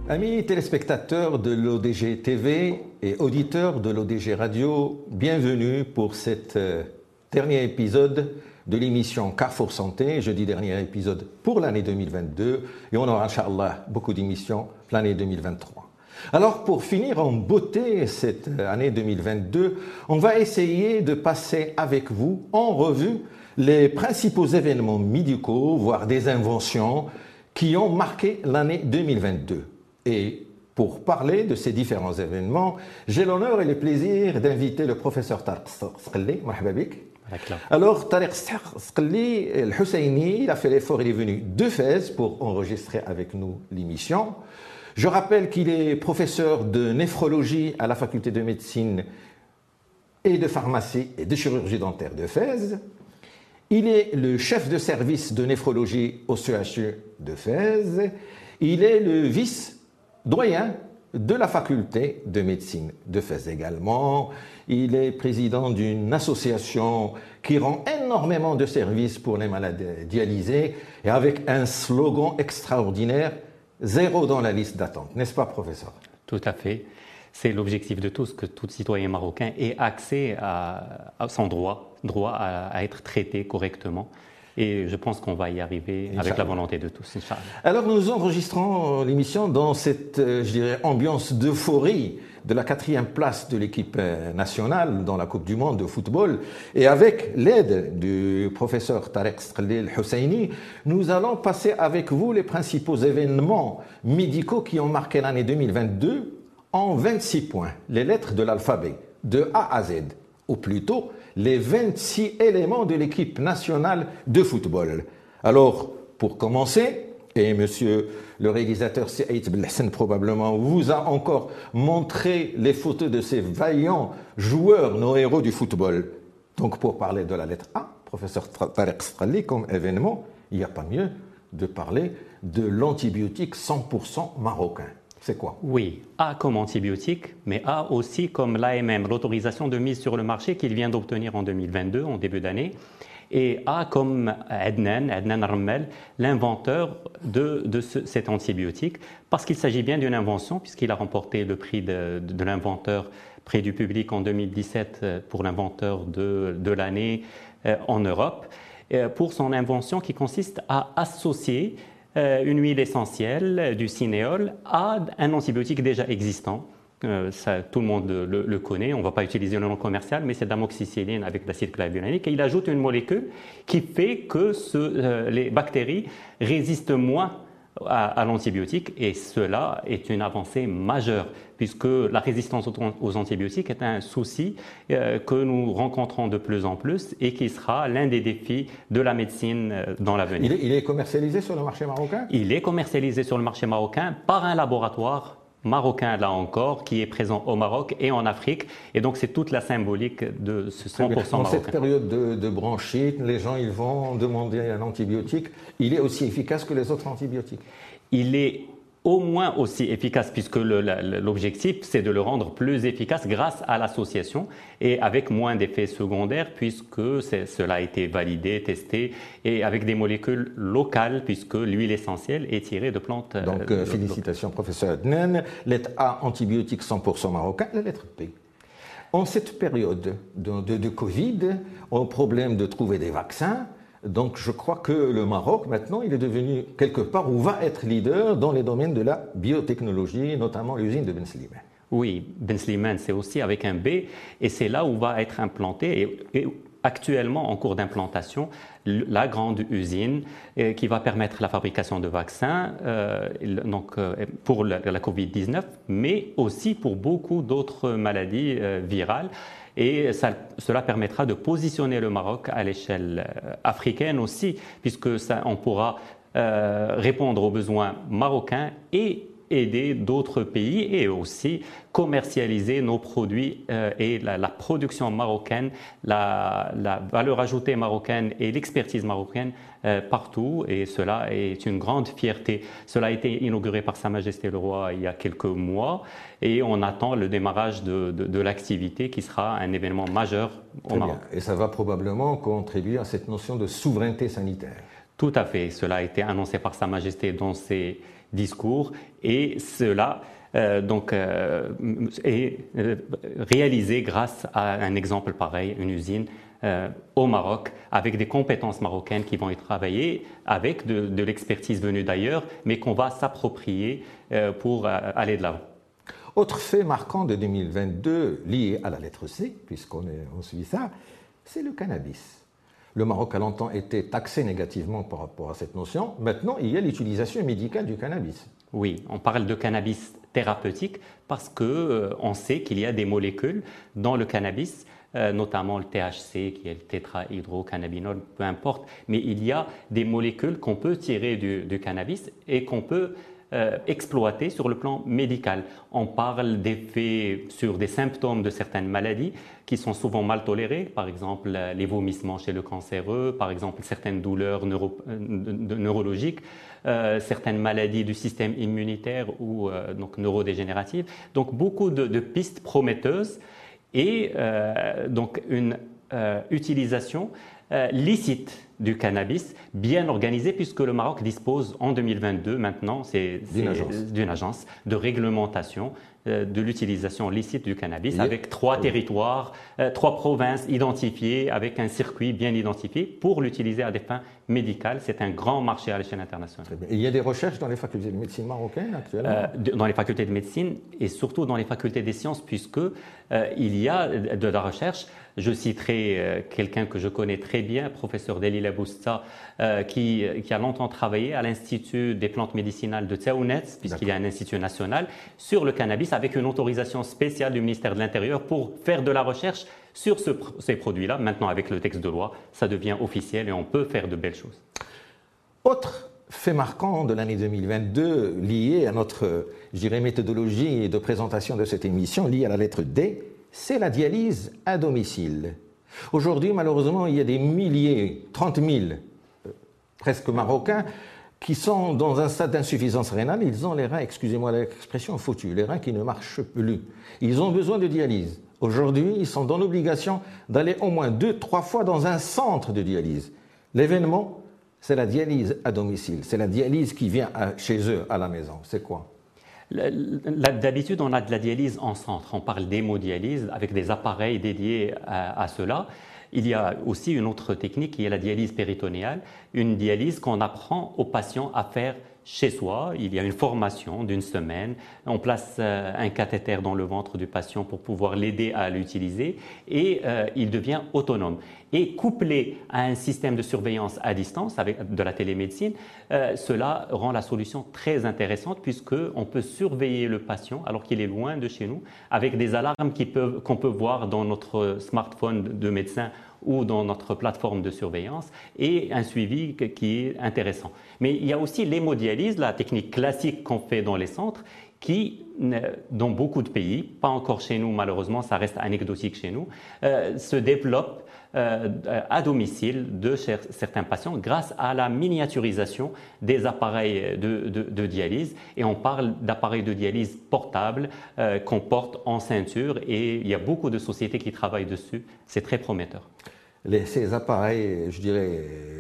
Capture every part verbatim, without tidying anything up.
Amis téléspectateurs de l'O D G T V et auditeurs de l'O D G Radio, bienvenue pour cet euh, dernier épisode de l'émission Carrefour Santé, jeudi dernier épisode pour l'année deux mille vingt-deux, et on aura, Inch'Allah, beaucoup d'émissions pour l'année deux mille vingt-trois. Alors, pour finir en beauté cette année deux mille vingt-deux, on va essayer de passer avec vous en revue les principaux événements médicaux, voire des inventions qui ont marqué l'année deux mille vingt-deux. Et pour parler de ces différents événements, j'ai l'honneur et le plaisir d'inviter le professeur Tariq Sqelli. Marhaba bik. Alors, Tariq Sqelli, el Husseini, il a fait l'effort, il est venu de Fès pour enregistrer avec nous l'émission. Je rappelle qu'il est professeur de néphrologie à la faculté de médecine et de pharmacie et de chirurgie dentaire de Fès. Il est le chef de service de néphrologie au C H U de Fès. Il est le vice-doyen de la faculté de médecine de Fès également. Il est président d'une association qui rend énormément de services pour les malades dialysés et avec un slogan extraordinaire, zéro dans la liste d'attente. N'est-ce pas, professeur? Tout à fait. C'est l'objectif de tous, que tout citoyen marocain ait accès à, à son droit, droit à, à être traité correctement. Et je pense qu'on va y arriver avec la volonté de tous, Inch'Allah. Alors nous enregistrons l'émission dans cette, je dirais, ambiance d'euphorie de la quatrième place de l'équipe nationale dans la Coupe du Monde de football. Et avec l'aide du professeur Tariq Sqelli El Husseini, nous allons passer avec vous les principaux événements médicaux qui ont marqué l'année deux mille vingt-deux en vingt-six points, les lettres de l'alphabet, de A à Z, ou plutôt les vingt-six éléments de l'équipe nationale de football. Alors, pour commencer, et monsieur le réalisateur Saïd Belhassan probablement vous a encore montré les photos de ces vaillants joueurs, nos héros du football. Donc, pour parler de la lettre A, professeur Tariq Sqelli, comme événement, il n'y a pas mieux de parler de l'antibiotique cent pour cent marocain. C'est quoi? Oui, A comme antibiotique, mais A aussi comme l'A M M, l'autorisation de mise sur le marché qu'il vient d'obtenir en deux mille vingt-deux, en début d'année. Et A comme Adnan, Adnan Armel, l'inventeur de, de ce, cet antibiotique, parce qu'il s'agit bien d'une invention, puisqu'il a remporté le prix de, de, de l'inventeur, prix du public en deux mille dix-sept pour l'inventeur de, de l'année euh, en Europe, euh, pour son invention qui consiste à associer une huile essentielle du cinéole à un antibiotique déjà existant. Euh, ça, tout le monde le, le connaît, on ne va pas utiliser le nom commercial, mais c'est d'amoxicilline avec l'acide clavulanique. Et il ajoute une molécule qui fait que ce, euh, les bactéries résistent moins à, à l'antibiotique. Et cela est une avancée majeure, puisque la résistance aux, aux antibiotiques est un souci euh, que nous rencontrons de plus en plus et qui sera l'un des défis de la médecine euh, dans l'avenir. Il, il est commercialisé sur le marché marocain? Il est commercialisé sur le marché marocain par un laboratoire marocain, là encore, qui est présent au Maroc et en Afrique. Et donc, c'est toute la symbolique de ce cent pour cent marocain. Dans cette période de, de bronchite, les gens ils vont demander un antibiotique. Il est aussi efficace que les autres antibiotiques? Il est au moins aussi efficace, puisque l'objectif, c'est de le rendre plus efficace grâce à l'association et avec moins d'effets secondaires, puisque cela a été validé, testé, et avec des molécules locales, puisque l'huile essentielle est tirée de plantes. Donc, euh, félicitations, professeur Adnan. Lettre A, antibiotique cent pour cent marocain. La lettre B. En cette période de, de, de Covid, au problème de trouver des vaccins, donc je crois que le Maroc, maintenant, il est devenu quelque part ou va être leader dans les domaines de la biotechnologie, notamment l'usine de Ben Slimane. Oui, Ben Slimane, c'est aussi avec un B, et c'est là où va être implanté, et, et actuellement en cours d'implantation, la grande usine euh, qui va permettre la fabrication de vaccins euh, donc, euh, pour la, la covid dix-neuf, mais aussi pour beaucoup d'autres maladies euh, virales. Et ça, cela permettra de positionner le Maroc à l'échelle africaine aussi, puisque ça, on pourra euh, répondre aux besoins marocains et aider d'autres pays et aussi commercialiser nos produits euh, et la, la production marocaine, la, la valeur ajoutée marocaine et l'expertise marocaine euh, partout, et cela est une grande fierté. Cela a été inauguré par Sa Majesté le Roi il y a quelques mois et on attend le démarrage de, de, de l'activité qui sera un événement majeur au Très Maroc. Bien. Et ça va probablement contribuer à cette notion de souveraineté sanitaire. Tout à fait. Cela a été annoncé par Sa Majesté dans ses discours et cela euh, donc, euh, est euh, réalisé grâce à un exemple pareil, une usine euh, au Maroc avec des compétences marocaines qui vont y travailler avec de, de l'expertise venue d'ailleurs mais qu'on va s'approprier euh, pour euh, aller de l'avant. Autre fait marquant de deux mille vingt-deux, lié à la lettre C, puisqu'on on suit ça, c'est le cannabis. Le Maroc a longtemps été taxé négativement par rapport à cette notion. Maintenant, il y a l'utilisation médicale du cannabis. Oui, on parle de cannabis thérapeutique parce qu'on euh, sait qu'il y a des molécules dans le cannabis, euh, notamment le T H C, qui est le tétrahydrocannabinol, peu importe, mais il y a des molécules qu'on peut tirer du, du cannabis et qu'on peut Euh, exploité sur le plan médical. On parle d'effets sur des symptômes de certaines maladies qui sont souvent mal tolérés, par exemple les vomissements chez le cancéreux, par exemple certaines douleurs neuro, euh, neurologiques, euh, certaines maladies du système immunitaire ou euh, donc neurodégénératives. Donc beaucoup de, de pistes prometteuses et euh, donc une euh, utilisation euh, licite du cannabis, bien organisé, puisque le Maroc dispose en deux mille vingt-deux maintenant d'une agence. agence de réglementation euh, de l'utilisation licite du cannabis, et avec trois territoires, euh, trois provinces identifiées, avec un circuit bien identifié pour l'utiliser à des fins médicales. C'est un grand marché à l'échelle internationale. Très bien. Et il y a des recherches dans les facultés de médecine marocaines actuellement euh, Dans les facultés de médecine et surtout dans les facultés des sciences, puisque euh, il y a de la recherche. Je citerai euh, quelqu'un que je connais très bien, professeur Delila Bousta, euh, qui, qui a longtemps travaillé à l'Institut des plantes médicinales de Tsaounetz, puisqu'il y a un institut national, sur le cannabis, avec une autorisation spéciale du ministère de l'Intérieur pour faire de la recherche sur ce, ces produits-là. Maintenant, avec le texte de loi, ça devient officiel et on peut faire de belles choses. Autre fait marquant de l'année deux mille vingt-deux, lié à notre, je dirais, méthodologie de présentation de cette émission, lié à la lettre D, c'est la dialyse à domicile. Aujourd'hui, malheureusement, il y a des milliers, trente mille, euh, presque marocains, qui sont dans un stade d'insuffisance rénale. Ils ont les reins, excusez-moi l'expression, foutus, les reins qui ne marchent plus. Ils ont besoin de dialyse. Aujourd'hui, ils sont dans l'obligation d'aller au moins deux, trois fois dans un centre de dialyse. L'événement, c'est la dialyse à domicile. C'est la dialyse qui vient à, chez eux, à la maison. C'est quoi ? D'habitude, on a de la dialyse en centre. On parle d'hémodialyse avec des appareils dédiés à, à cela. Il y a aussi une autre technique qui est la dialyse péritonéale, une dialyse qu'on apprend aux patients à faire chez soi. Il y a une formation d'une semaine. On place euh, un cathéter dans le ventre du patient pour pouvoir l'aider à l'utiliser et euh, il devient autonome. Et couplé à un système de surveillance à distance avec de la télémédecine, euh, cela rend la solution très intéressante puisqu'on peut surveiller le patient alors qu'il est loin de chez nous avec des alarmes qui peuvent, qu'on peut voir dans notre smartphone de médecin ou dans notre plateforme de surveillance et un suivi qui est intéressant. Mais il y a aussi l'hémodialyse, la technique classique qu'on fait dans les centres, qui, dans beaucoup de pays, pas encore chez nous malheureusement, ça reste anecdotique chez nous, euh, se développe euh, à domicile de certains patients grâce à la miniaturisation des appareils de, de, de dialyse. Et on parle d'appareils de dialyse portables euh, qu'on porte en ceinture et il y a beaucoup de sociétés qui travaillent dessus. C'est très prometteur. Les, ces appareils, je dirais,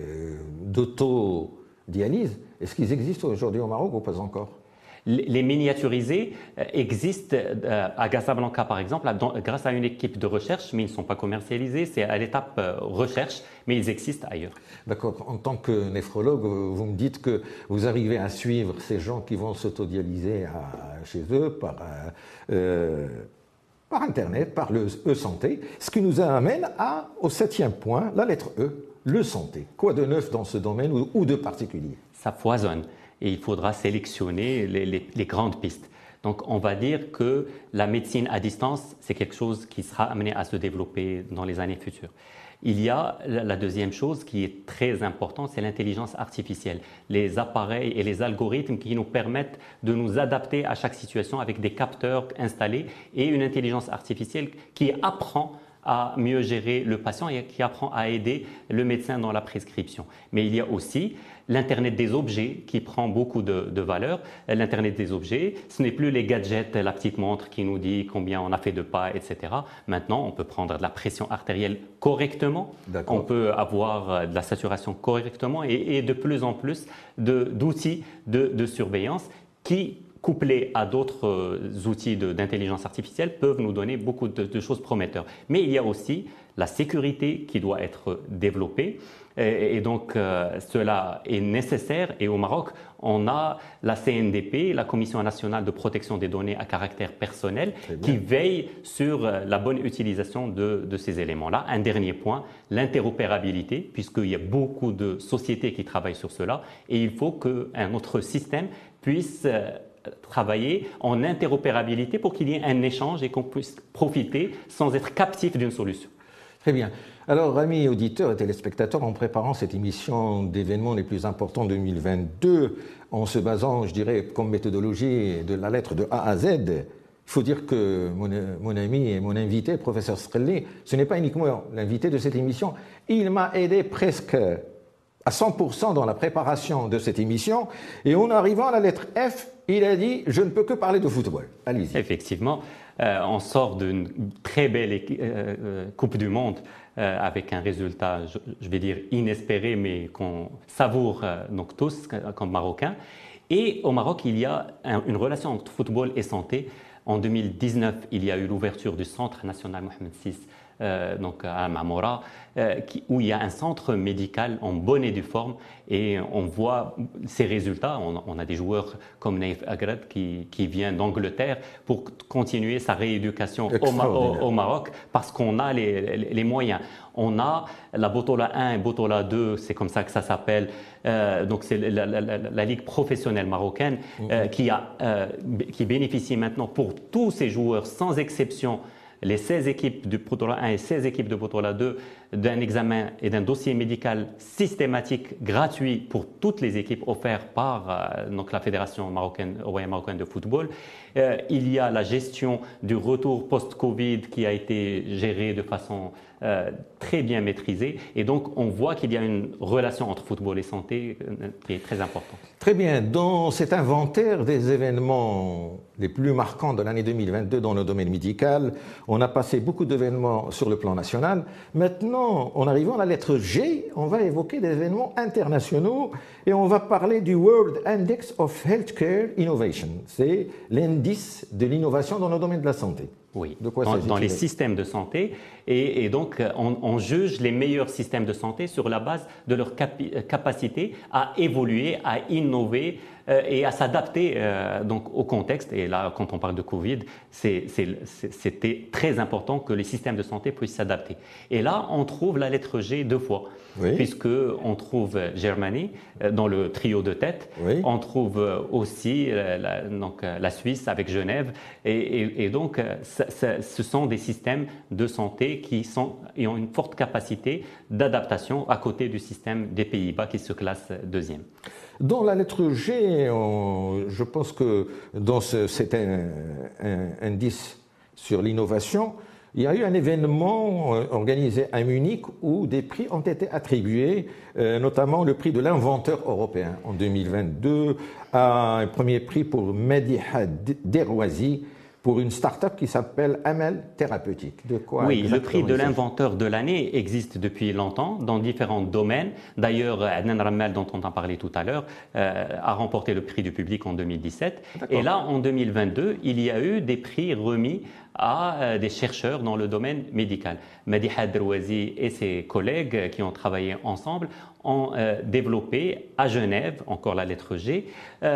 d'autodialyse, est-ce qu'ils existent aujourd'hui au Maroc ou pas encore ? Les miniaturisés existent à Casablanca, par exemple, grâce à une équipe de recherche, mais ils ne sont pas commercialisés. C'est à l'étape recherche, mais ils existent ailleurs. D'accord. En tant que néphrologue, vous me dites que vous arrivez à suivre ces gens qui vont s'autodialyser chez eux par, euh, par Internet, par le E-Santé, ce qui nous amène à, au septième point, la lettre E, le santé. Quoi de neuf dans ce domaine ou, ou de particulier ? Ça foisonne. Et il faudra sélectionner les, les, les grandes pistes. Donc on va dire que la médecine à distance, c'est quelque chose qui sera amené à se développer dans les années futures. Il y a la deuxième chose qui est très importante, c'est l'intelligence artificielle. Les appareils et les algorithmes qui nous permettent de nous adapter à chaque situation avec des capteurs installés et une intelligence artificielle qui apprend à mieux gérer le patient et qui apprend à aider le médecin dans la prescription. Mais il y a aussi l'Internet des objets qui prend beaucoup de, de valeur. L'Internet des objets, ce n'est plus les gadgets, la petite montre qui nous dit combien on a fait de pas, et cetera. Maintenant, on peut prendre de la pression artérielle correctement, on peut avoir de la saturation correctement et, et de plus en plus de, d'outils de, de surveillance qui, couplés à d'autres outils d'intelligence artificielle, peuvent nous donner beaucoup de, de choses prometteurs. Mais il y a aussi la sécurité qui doit être développée. Et, et donc, euh, cela est nécessaire. Et au Maroc, on a la C N D P, la Commission nationale de protection des données à caractère personnel, qui veille sur la bonne utilisation de, de ces éléments-là. Un dernier point, l'interopérabilité, puisqu'il y a beaucoup de sociétés qui travaillent sur cela. Et il faut qu'un autre système puisse euh, travailler en interopérabilité pour qu'il y ait un échange et qu'on puisse profiter sans être captif d'une solution. Très bien. Alors, amis auditeurs et téléspectateurs, en préparant cette émission d'événements les plus importants deux mille vingt-deux, en se basant, je dirais, comme méthodologie de la lettre de A à Z, il faut dire que mon, mon ami et mon invité, le professeur Srelli, ce n'est pas uniquement l'invité de cette émission, il m'a aidé presque à cent pour cent dans la préparation de cette émission, et en arrivant à la lettre F, il a dit « je ne peux que parler de football ». Allez-y. Effectivement, euh, on sort d'une très belle euh, euh, Coupe du Monde euh, avec un résultat, je, je vais dire inespéré, mais qu'on savoure euh, donc tous comme Marocains. Et au Maroc, il y a un, une relation entre football et santé. En deux mille dix-neuf, il y a eu l'ouverture du Centre national Mohamed six, euh, donc à Mamora, euh, qui, où il y a un centre médical en bonne et due forme, et on voit ces résultats. On, on a des joueurs comme Naïf Agrad qui, qui vient d'Angleterre pour continuer sa rééducation au, au, au Maroc, parce qu'on a les, les, les moyens. On a la Botola un et Botola deux, c'est comme ça que ça s'appelle. Euh, donc c'est la, la, la, la ligue professionnelle marocaine euh, qui, a, euh, qui bénéficie maintenant pour tous ces joueurs, sans exception, les seize équipes de Botola un et seize équipes de Botola deux, d'un examen et d'un dossier médical systématique gratuit pour toutes les équipes offert par euh, donc la Fédération marocaine, royale marocaine de football. Euh, il y a la gestion du retour post-Covid qui a été gérée de façon euh, très bien maîtrisée. Et donc, on voit qu'il y a une relation entre football et santé euh, qui est très importante. Très bien. Dans cet inventaire des événements les plus marquants de l'année deux mille vingt-deux dans le domaine médical, on a passé beaucoup d'événements sur le plan national. Maintenant, en arrivant à la lettre G, on va évoquer des événements internationaux et on va parler du World Index of Healthcare Innovation. C'est l'indice de l'innovation dans le domaine de la santé. Oui, de quoi dans, dans les systèmes de santé. Et, et donc, on, on juge les meilleurs systèmes de santé sur la base de leur capi, capacité à évoluer, à innover euh, et à s'adapter euh, donc au contexte. Et là, quand on parle de Covid, c'était très important que les systèmes de santé puissent s'adapter. Et là, on trouve la lettre G deux fois. Oui. Puisqu'on trouve Germany dans le trio de tête, oui. On trouve aussi la, donc, la Suisse avec Genève, et, et, et donc ça, ça, ce sont des systèmes de santé qui, sont, qui ont une forte capacité d'adaptation à côté du système des Pays-Bas qui se classe deuxième. Dans la lettre G, on, je pense que dans ce, cet un, un, indice sur l'innovation, il y a eu un événement organisé à Munich où des prix ont été attribués, euh, notamment le prix de l'inventeur européen en deux mille vingt-deux, un premier prix pour Mediha Derwazi pour une start-up qui s'appelle Amel Thérapeutique. De quoi Oui, le prix de l'inventeur de l'année existe depuis longtemps dans différents domaines. D'ailleurs, Adnan Rammel, dont on a parlé tout à l'heure, euh, a remporté le prix du public en deux mille dix-sept. Et là, en deux mille vingt-deux, il y a eu des prix remis à euh, des chercheurs dans le domaine médical. Mediha Derwazi et ses collègues qui ont travaillé ensemble ont euh, développé à Genève, encore la lettre G,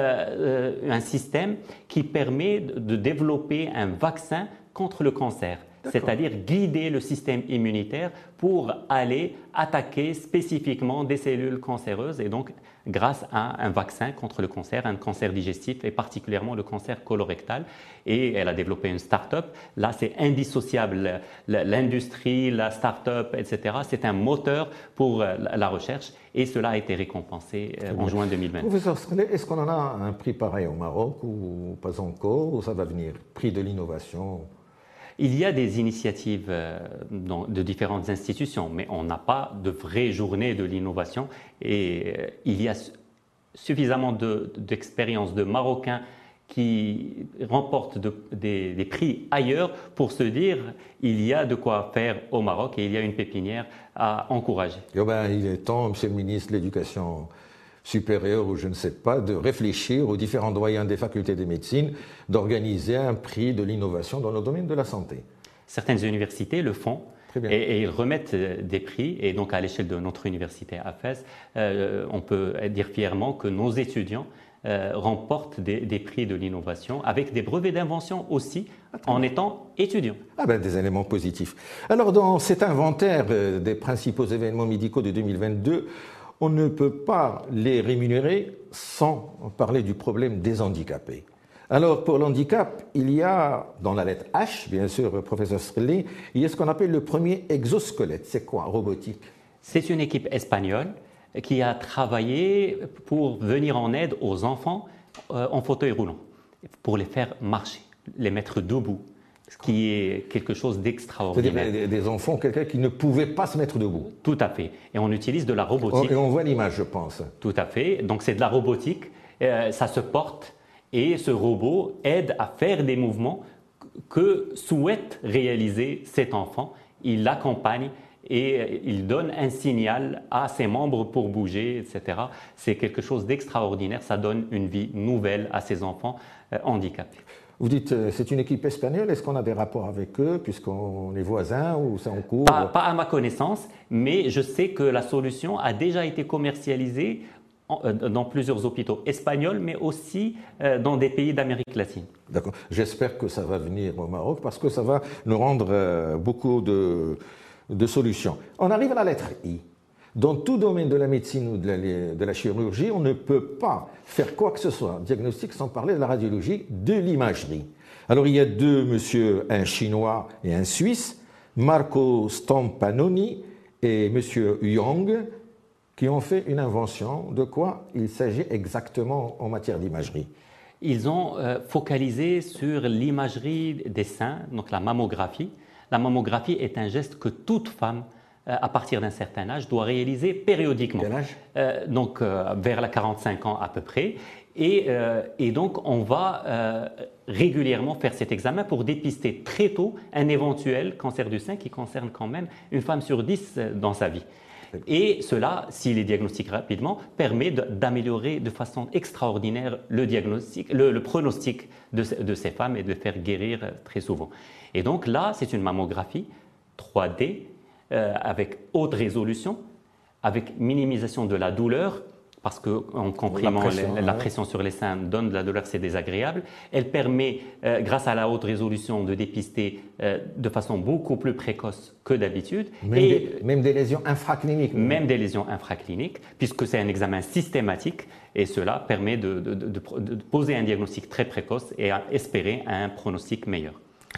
euh, euh, un système qui permet de, de développer un vaccin contre le cancer, c'est-à-dire guider le système immunitaire pour aller attaquer spécifiquement des cellules cancéreuses, et donc grâce à un vaccin contre le cancer, un cancer digestif et particulièrement le cancer colorectal. Et elle a développé une start-up. Là, c'est indissociable. L'industrie, la start-up, et cetera, c'est un moteur pour la recherche, et cela a été récompensé en juin deux mille vingt. Professeur Srelli, est-ce qu'on en a un prix pareil au Maroc ou pas encore, ou ça va venir? Prix de l'innovation? Il y a des initiatives de différentes institutions, mais on n'a pas de vraie journée de l'innovation, et il y a suffisamment d'expérience de, de Marocains qui remportent de, des, des prix ailleurs pour se dire il y a de quoi faire au Maroc et il y a une pépinière à encourager. Eh ben, il est temps, Monsieur le ministre de l'Éducation supérieure ou je ne sais pas, de réfléchir aux différents doyens des facultés de médecine, d'organiser un prix de l'innovation dans le domaine de la santé. Certaines universités le font. Et, et ils remettent des prix. Et donc, à l'échelle de notre université à Fès, euh, on peut dire fièrement que nos étudiants euh, remportent des, des prix de l'innovation avec des brevets d'invention aussi, Attends. en étant étudiants. Ah ben, des éléments positifs. Alors, dans cet inventaire euh, des principaux événements médicaux de deux mille vingt-deux, on ne peut pas les rémunérer sans parler du problème des handicapés. Alors, pour l'handicap, il y a, dans la lettre H, bien sûr, professeur Srli, il y a ce qu'on appelle le premier exosquelette. C'est quoi, robotique? C'est une équipe espagnole qui a travaillé pour venir en aide aux enfants euh, en fauteuil roulant, pour les faire marcher, les mettre debout, ce qui est quelque chose d'extraordinaire. C'est-à-dire des enfants, quelqu'un qui ne pouvait pas se mettre debout. Tout à fait. Et on utilise de la robotique. Et on voit l'image, je pense. Tout à fait. Donc, c'est de la robotique. Euh, ça se porte. Et ce robot aide à faire des mouvements que souhaite réaliser cet enfant. Il l'accompagne et il donne un signal à ses membres pour bouger, et cetera. C'est quelque chose d'extraordinaire. Ça donne une vie nouvelle à ces enfants euh, handicapés. Vous dites euh, c'est une équipe espagnole. Est-ce qu'on a des rapports avec eux puisqu'on est voisins ou c'est en cours? Pas, pas à ma connaissance, mais je sais que la solution a déjà été commercialisée dans plusieurs hôpitaux espagnols, mais aussi dans des pays d'Amérique latine. D'accord. J'espère que ça va venir au Maroc parce que ça va nous rendre beaucoup de, de solutions. On arrive à la lettre I. Dans tout domaine de la médecine ou de la, de la chirurgie, on ne peut pas faire quoi que ce soit, diagnostic, sans parler de la radiologie, de l'imagerie. Alors il y a deux monsieur, un Chinois et un Suisse, Marco Stampanoni et monsieur Young, qui ont fait une invention. De quoi il s'agit exactement en matière d'imagerie? Ils ont euh, focalisé sur l'imagerie des seins, donc la mammographie. La mammographie est un geste que toute femme, euh, à partir d'un certain âge, doit réaliser périodiquement. Quel âge? euh, Donc euh, vers la quarante-cinq ans à peu près. Et, euh, et donc on va euh, régulièrement faire cet examen pour dépister très tôt un éventuel cancer du sein qui concerne quand même une femme sur dix dans sa vie. Et cela, s'il est diagnostiqué rapidement, permet d'améliorer de façon extraordinaire le, diagnostic, le, le pronostic de, de ces femmes et de les faire guérir très souvent. Et donc là, c'est une mammographie trois D euh, avec haute résolution, avec minimisation de la douleur, parce qu'en comprimant la pression, la, la pression sur les seins donne de la douleur, c'est désagréable. Elle permet, euh, grâce à la haute résolution, de dépister euh, de façon beaucoup plus précoce que d'habitude. Même, des, même des lésions infracliniques. Même des lésions infracliniques, puisque c'est un examen systématique et cela permet de, de, de, de poser un diagnostic très précoce et à espérer un pronostic meilleur.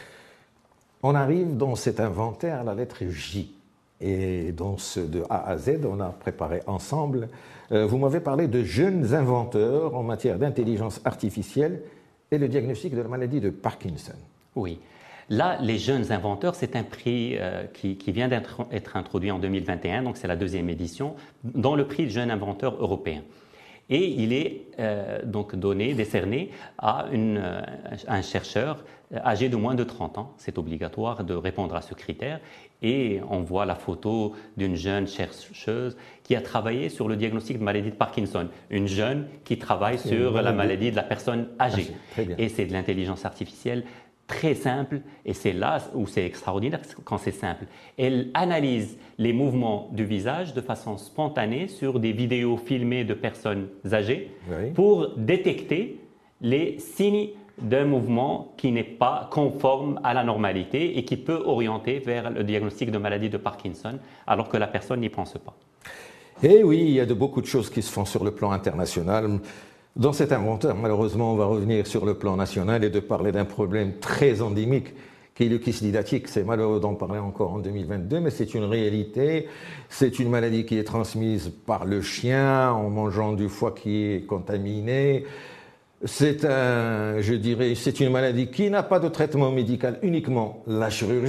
On arrive dans cet inventaire à la lettre J. Et dans ce de A à Z, on a préparé ensemble. Euh, vous m'avez parlé de jeunes inventeurs en matière d'intelligence artificielle et le diagnostic de la maladie de Parkinson. Oui. Là, les jeunes inventeurs, c'est un prix euh, qui, qui vient d'être introduit en deux mille vingt et un, donc c'est la deuxième édition, dans le prix de jeune inventeur européen. Et il est euh, donc donné, décerné à une, euh, un chercheur âgé de moins de trente ans. C'est obligatoire de répondre à ce critère. Et on voit la photo d'une jeune chercheuse qui a travaillé sur le diagnostic de maladie de Parkinson. Une jeune qui travaille sur la maladie de la personne âgée. Très bien. Et c'est de l'intelligence artificielle très simple, et c'est là où c'est extraordinaire quand c'est simple. Elle analyse les mouvements du visage de façon spontanée sur des vidéos filmées de personnes âgées oui. pour détecter les signes d'un mouvement qui n'est pas conforme à la normalité et qui peut orienter vers le diagnostic de maladie de Parkinson alors que la personne n'y pense pas. Et oui, il y a de beaucoup de choses qui se font sur le plan international. Dans cet inventeur, malheureusement, on va revenir sur le plan national et de parler d'un problème très endémique qui est le kyste didatique. C'est malheureux d'en parler encore en deux mille vingt-deux, mais c'est une réalité. C'est une maladie qui est transmise par le chien en mangeant du foie qui est contaminé. C'est un, je dirais, c'est une maladie qui n'a pas de traitement médical, uniquement la chirurgie.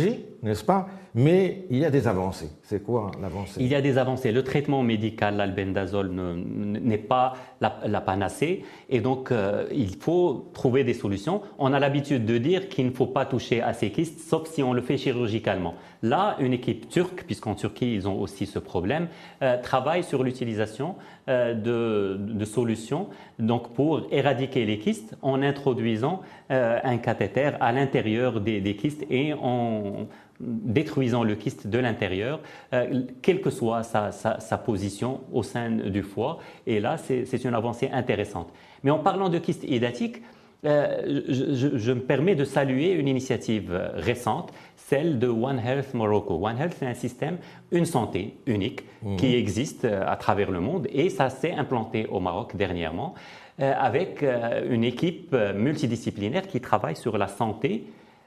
n'est-ce pas? Mais il y a des avancées. C'est quoi l'avancée? Il y a des avancées. Le traitement médical, l'albendazole, n'est pas la, la panacée. Et donc, euh, il faut trouver des solutions. On a l'habitude de dire qu'il ne faut pas toucher à ces kystes, sauf si on le fait chirurgicalement. Là, une équipe turque, puisqu'en Turquie, ils ont aussi ce problème, euh, travaille sur l'utilisation euh, de, de solutions donc pour éradiquer les kystes en introduisant euh, un cathéter à l'intérieur des, des kystes et en détruisant le kyste de l'intérieur, euh, quelle que soit sa, sa, sa position au sein du foie. Et là, c'est une avancée intéressante. Mais en parlant de kyste hydatique, euh, je, je, je me permets de saluer une initiative récente, celle de One Health Morocco. One Health, c'est un système, une santé unique mmh. qui existe à travers le monde et ça s'est implanté au Maroc dernièrement euh, avec euh, une équipe multidisciplinaire qui travaille sur la santé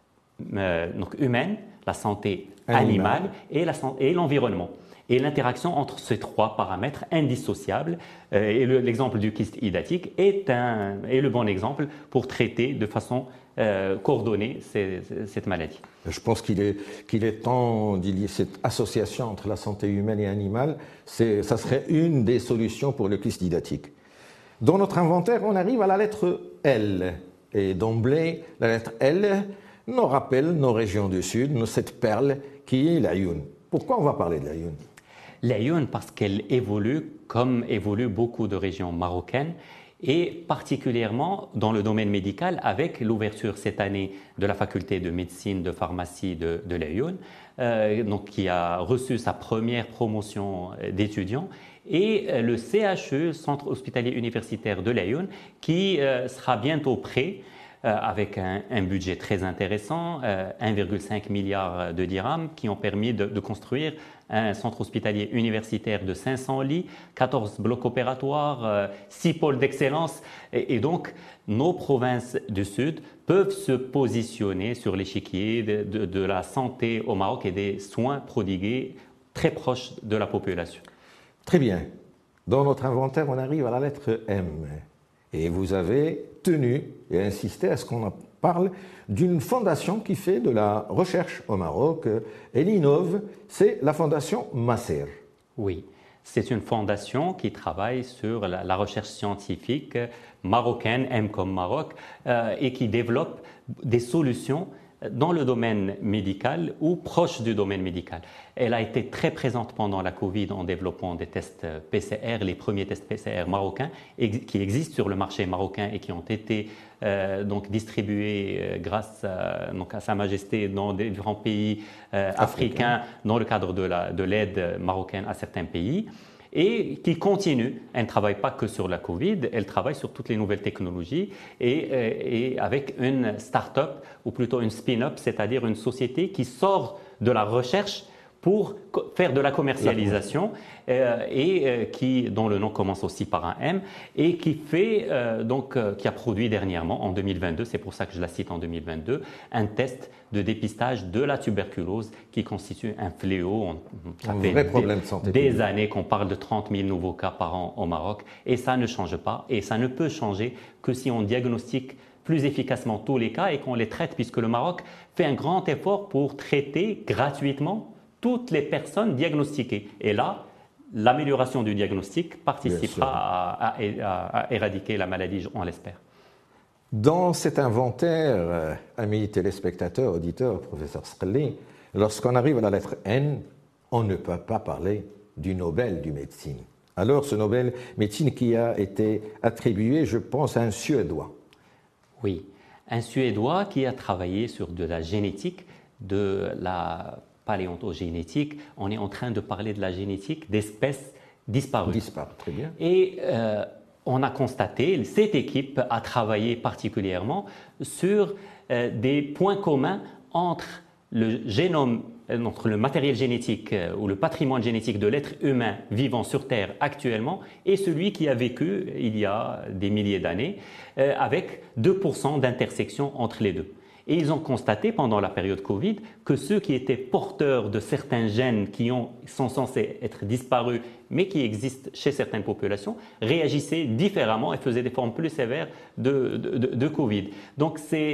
euh, donc humaine, la santé animale, animale et l'environnement. Et l'interaction entre ces trois paramètres indissociables, euh, et l'exemple le, du kyste hydatique est, un, est le bon exemple pour traiter de façon euh, coordonnée ces, cette maladie. Je pense qu'il est, qu'il est temps d'y lier cette association entre la santé humaine et animale. Ça serait une des solutions pour le kyste hydatique. Dans notre inventaire, on arrive à la lettre L. Et d'emblée, la lettre L nous rappelle nos régions du Sud, nos sept perles, qui est l'Aïoun. Pourquoi on va parler de l'Aïoun? L'Aïoun parce qu'elle évolue comme évoluent beaucoup de régions marocaines et particulièrement dans le domaine médical avec l'ouverture cette année de la faculté de médecine, de pharmacie de, de l'Aïoun, euh, donc qui a reçu sa première promotion d'étudiants, et le C H U, Centre hospitalier universitaire de l'Aïoun, qui euh, sera bientôt prêt euh, avec un, un budget très intéressant, euh, un virgule cinq milliard de dirhams, qui ont permis de, de construire un centre hospitalier universitaire de cinq cents lits, quatorze blocs opératoires, euh, six pôles d'excellence. Et, et donc, nos provinces du Sud peuvent se positionner sur l'échiquier de, de, de la santé au Maroc et des soins prodigués très proches de la population. Très bien. Dans notre inventaire, on arrive à la lettre M. Et vous avez tenu et insisté à ce qu'on parle d'une fondation qui fait de la recherche au Maroc. Elle innove, c'est la fondation Masser. Oui, c'est une fondation qui travaille sur la, la recherche scientifique marocaine, M comme Maroc, euh, et qui développe des solutions dans le domaine médical ou proche du domaine médical. Elle a été très présente pendant la Covid en développant des tests P C R, les premiers tests P C R marocains qui existent sur le marché marocain et qui ont été euh, donc distribués euh, grâce à, donc à Sa Majesté dans différents pays euh, africains dans le cadre de l'aide marocaine à certains pays. Et qui continue. Elle ne travaille pas que sur la Covid, elle travaille sur toutes les nouvelles technologies et, et avec une start-up, ou plutôt une spin-up, c'est-à-dire une société qui sort de la recherche pour faire de la commercialisation euh, et euh, qui, dont le nom commence aussi par un M et qui fait euh, donc euh, qui a produit dernièrement en deux mille vingt-deux, c'est pour ça que je la cite en deux mille vingt-deux, un test de dépistage de la tuberculose qui constitue un fléau. Ça un fait vrai problème de santé. Des années qu'on parle de trente mille nouveaux cas par an au Maroc et ça ne change pas et ça ne peut changer que si on diagnostique plus efficacement tous les cas et qu'on les traite puisque le Maroc fait un grand effort pour traiter gratuitement toutes les personnes diagnostiquées. Et là, l'amélioration du diagnostic participera à, à, à, à éradiquer la maladie, on l'espère. Dans cet inventaire, euh, amis téléspectateurs, auditeurs, professeur Srli, lorsqu'on arrive à la lettre N, on ne peut pas parler du Nobel du médecine. Alors, ce Nobel médecine qui a été attribué, je pense, à un Suédois. Oui, un Suédois qui a travaillé sur de la génétique, de la paléontogénétique, on est en train de parler de la génétique d'espèces disparues. Disparues, très bien. Et euh, on a constaté, cette équipe a travaillé particulièrement sur euh, des points communs entre le génome, entre le matériel génétique euh, ou le patrimoine génétique de l'être humain vivant sur Terre actuellement et celui qui a vécu il y a des milliers d'années, euh, avec deux pour cent d'intersection entre les deux. Et ils ont constaté pendant la période Covid que ceux qui étaient porteurs de certains gènes qui ont, sont censés être disparus mais qui existent chez certaines populations réagissaient différemment et faisaient des formes plus sévères de, de, de, de Covid. Donc c'est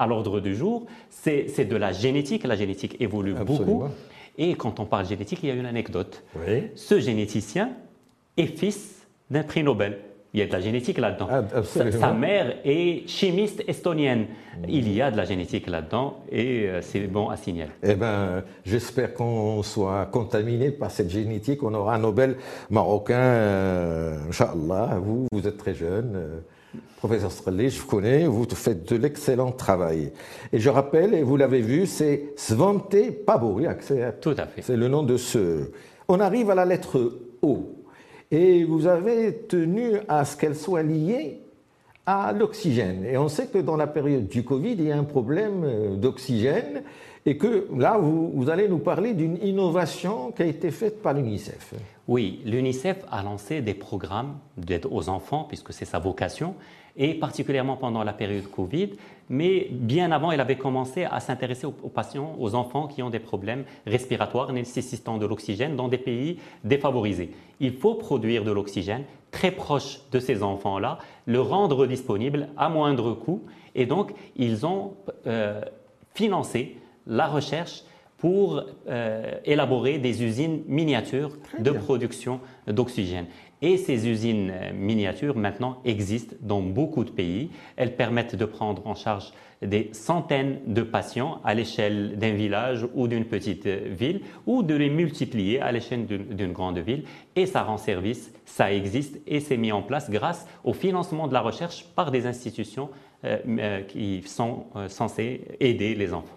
à l'ordre du jour, c'est de la génétique. La génétique évolue Absolument. beaucoup. Et quand on parle génétique, il y a une anecdote. Oui. Ce généticien est fils d'un prix Nobel. Il y a de la génétique là-dedans. Ah, sa, sa mère est chimiste estonienne. Il y a de la génétique là-dedans et euh, c'est bon à signaler. Eh bien, j'espère qu'on soit contaminé par cette génétique. On aura un Nobel marocain, euh, Inch'Allah. Vous, vous êtes très jeune. Euh, professeur Srelli, je vous connais. Vous faites de l'excellent travail. Et je rappelle, et vous l'avez vu, c'est Svante Pabo. Tout à fait. C'est le nom de ce. On arrive à la lettre O. Et vous avez tenu à ce qu'elle soit liée à l'oxygène. Et on sait que dans la période du Covid, il y a un problème d'oxygène et que là, vous, vous allez nous parler d'une innovation qui a été faite par l'UNICEF. Oui, l'UNICEF a lancé des programmes d'aide aux enfants, puisque c'est sa vocation, et particulièrement pendant la période Covid, mais bien avant, elle avait commencé à s'intéresser aux, aux patients, aux enfants qui ont des problèmes respiratoires nécessitant de l'oxygène dans des pays défavorisés. Il faut produire de l'oxygène très proche de ces enfants-là, le rendre disponible à moindre coût, et donc ils ont euh, financé la recherche pour euh, élaborer des usines miniatures de production d'oxygène. Et ces usines miniatures maintenant existent dans beaucoup de pays. Elles permettent de prendre en charge des centaines de patients à l'échelle d'un village ou d'une petite ville ou de les multiplier à l'échelle d'une grande ville. Et ça rend service, ça existe et c'est mis en place grâce au financement de la recherche par des institutions euh, euh, qui sont euh, censées aider les enfants.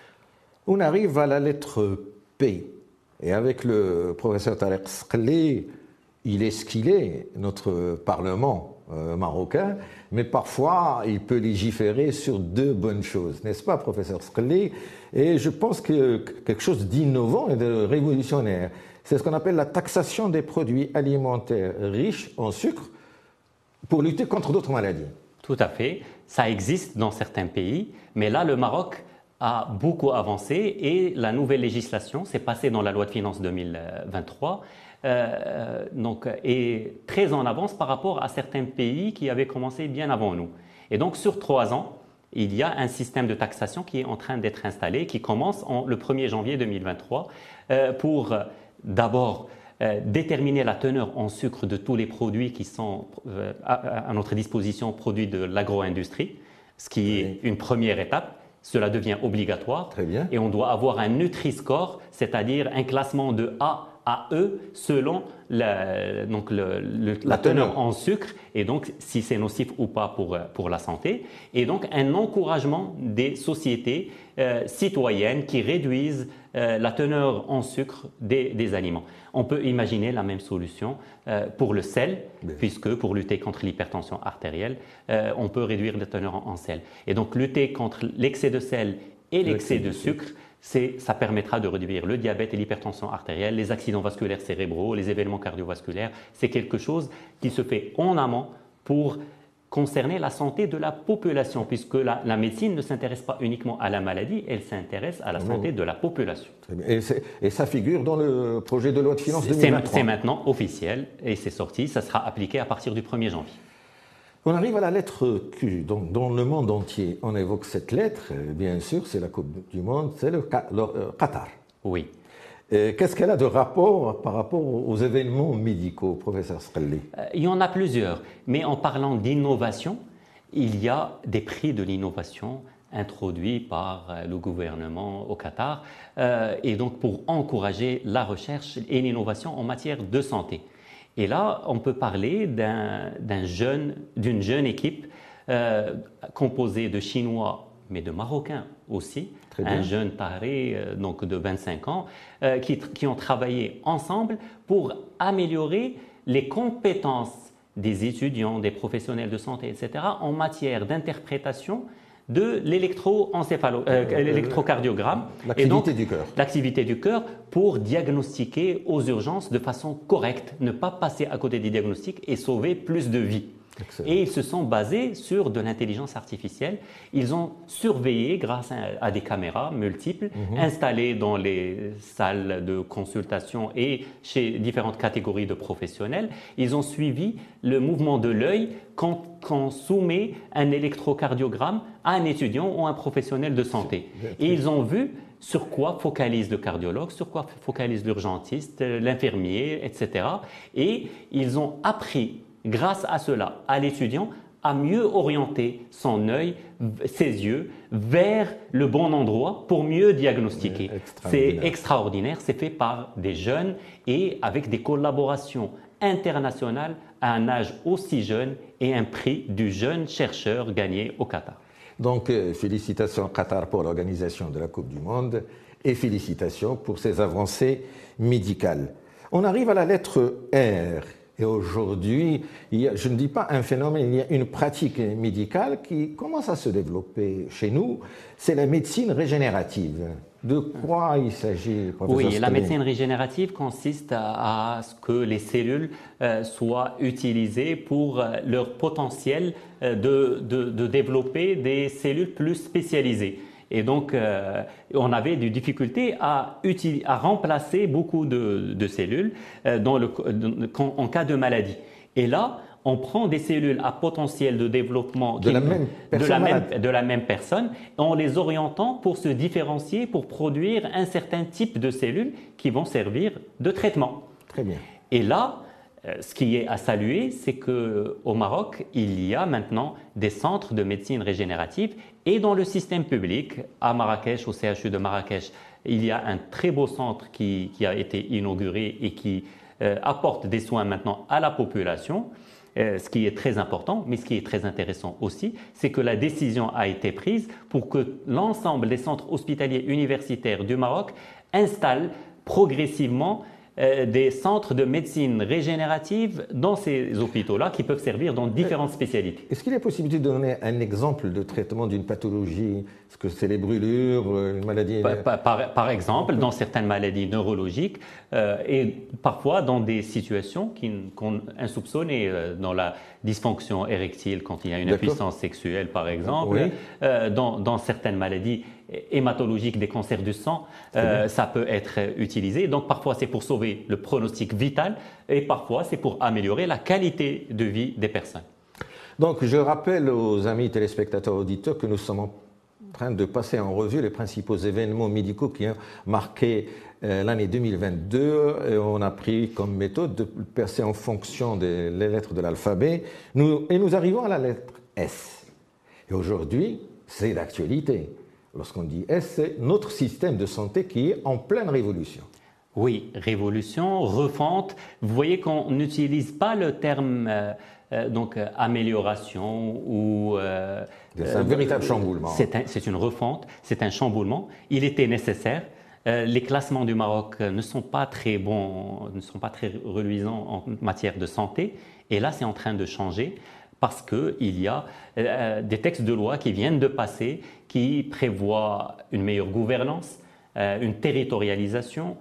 On arrive à la lettre P. Et avec le professeur Tarek Srelli, il est ce qu'il est, notre Parlement euh, marocain, mais parfois il peut légiférer sur deux bonnes choses, n'est-ce pas, professeur Srelli? Et je pense que quelque chose d'innovant et de révolutionnaire, c'est ce qu'on appelle la taxation des produits alimentaires riches en sucre pour lutter contre d'autres maladies. Tout à fait, ça existe dans certains pays, mais là le Maroc a beaucoup avancé et la nouvelle législation s'est passée dans la loi de finances deux mille vingt-trois euh, donc, est très en avance par rapport à certains pays qui avaient commencé bien avant nous. Et donc sur trois ans, il y a un système de taxation qui est en train d'être installé, qui commence en, le premier janvier deux mille vingt-trois euh, pour euh, d'abord euh, déterminer la teneur en sucre de tous les produits qui sont euh, à, à notre disposition, produits de l'agro-industrie, ce qui est une première étape. Cela devient obligatoire. Très bien. Et on doit avoir un Nutri-Score, c'est-à-dire un classement de A à E selon la, donc le, le, la, la teneur, teneur en sucre et donc si c'est nocif ou pas pour, pour la santé. Et donc un encouragement des sociétés euh, citoyennes qui réduisent euh, la teneur en sucre des, des aliments. On peut imaginer la même solution euh, pour le sel, Bien. puisque pour lutter contre l'hypertension artérielle, euh, on peut réduire la teneur en, en sel. Et donc lutter contre l'excès de sel et l'excès de sucre, ça permettra de réduire le diabète et l'hypertension artérielle, les accidents vasculaires cérébraux, les événements cardiovasculaires. C'est quelque chose qui se fait en amont pour concerner la santé de la population, puisque la, la médecine ne s'intéresse pas uniquement à la maladie, elle s'intéresse à la santé oui. de la population. Et, et ça figure dans le projet de loi de finances deux mille vingt-trois. C'est maintenant officiel et c'est sorti, ça sera appliqué à partir du premier janvier. On arrive à la lettre Q. Donc, dans le monde entier, on évoque cette lettre. Bien sûr, c'est la Coupe du Monde, c'est le, le Qatar. Oui. Qu'est-ce qu'elle a de rapport par rapport aux événements médicaux, professeur Srelli? euh, Il y en a plusieurs. Mais en parlant d'innovation, il y a des prix de l'innovation introduits par le gouvernement au Qatar, euh, et donc pour encourager la recherche et l'innovation en matière de santé. Et là, on peut parler d'un, d'un jeune, d'une jeune équipe euh, composée de Chinois, mais de Marocains aussi. Un jeune taré euh, donc de vingt-cinq ans euh, qui, qui ont travaillé ensemble pour améliorer les compétences des étudiants, des professionnels de santé, et cetera en matière d'interprétation de l'électroencéphalo, euh, euh, l'électrocardiogramme. L'activité et donc, du cœur. L'activité du cœur pour diagnostiquer aux urgences de façon correcte, ne pas passer à côté des diagnostics et sauver plus de vies. Excellent. Et ils se sont basés sur de l'intelligence artificielle. Ils ont surveillé grâce à, à des caméras multiples mmh. installées dans les salles de consultation et chez différentes catégories de professionnels. Ils ont suivi le mouvement de l'œil quand, quand on soumet un électrocardiogramme à un étudiant ou un professionnel de santé. Et ils ont vu sur quoi focalise le cardiologue, sur quoi focalise l'urgentiste, l'infirmier, et cetera. Et ils ont appris, grâce à cela, à l'étudiant à mieux orienter son œil, ses yeux, vers le bon endroit pour mieux diagnostiquer. C'est extraordinaire, c'est fait par des jeunes et avec des collaborations internationales à un âge aussi jeune et un prix du jeune chercheur gagné au Qatar. Donc, euh, félicitations Qatar pour l'organisation de la Coupe du Monde et félicitations pour ces avancées médicales. On arrive à la lettre R. Et aujourd'hui, il y a, je ne dis pas un phénomène, il y a une pratique médicale qui commence à se développer chez nous, c'est la médecine régénérative. De quoi il s'agit, professeur Oui, la médecine régénérative consiste à, à ce que les cellules euh, soient utilisées pour euh, leur potentiel euh, de, de, de développer des cellules plus spécialisées. Et donc, euh, on avait des difficultés à, à remplacer beaucoup de, de cellules euh, dans le, en, en cas de maladie. Et là, on prend des cellules à potentiel de développement de, qui, la, même de, la, même, de la même personne en les orientant pour se différencier, pour produire un certain type de cellules qui vont servir de traitement. Très bien. Et là, ce qui est à saluer, c'est qu'au Maroc, il y a maintenant des centres de médecine régénérative et dans le système public, à Marrakech, au C H U de Marrakech, il y a un très beau centre qui, qui a été inauguré et qui euh, apporte des soins maintenant à la population. Euh, ce qui est très important, mais ce qui est très intéressant aussi, c'est que la décision a été prise pour que l'ensemble des centres hospitaliers universitaires du Maroc installent progressivement euh, des centres de médecine régénérative dans ces hôpitaux-là qui peuvent servir dans différentes spécialités. Est-ce qu'il est possible de donner un exemple de traitement d'une pathologie? Est-ce que c'est les brûlures, une maladie? Par, par, par exemple, dans certaines maladies neurologiques euh, et parfois dans des situations qui, qu'on insoupçonnées, euh, dans la dysfonction érectile quand il y a une impuissance sexuelle par exemple, oui. euh, dans, dans certaines maladies hématologiques, des cancers du sang, euh, ça peut être utilisé. Donc parfois c'est pour sauver le pronostic vital et parfois c'est pour améliorer la qualité de vie des personnes. Donc je rappelle aux amis téléspectateurs auditeurs que nous sommes en train de passer en revue les principaux événements médicaux qui ont marqué euh, l'année deux mille vingt-deux. Et on a pris comme méthode de percer en fonction des les lettres de l'alphabet. Nous, et nous arrivons à la lettre S. Et aujourd'hui, c'est d'actualité. Lorsqu'on dit S, c'est notre système de santé qui est en pleine révolution. Oui, révolution, refonte. Vous voyez qu'on n'utilise pas le terme euh, euh, donc euh, amélioration ou euh, c'est un euh, véritable chamboulement. C'est, un, c'est une refonte, c'est un chamboulement. Il était nécessaire. Euh, les classements du Maroc ne sont pas très bons, ne sont pas très reluisants en matière de santé. Et là, c'est en train de changer parce qu'il y a euh, des textes de loi qui viennent de passer qui prévoient une meilleure gouvernance, euh, une territorialisation,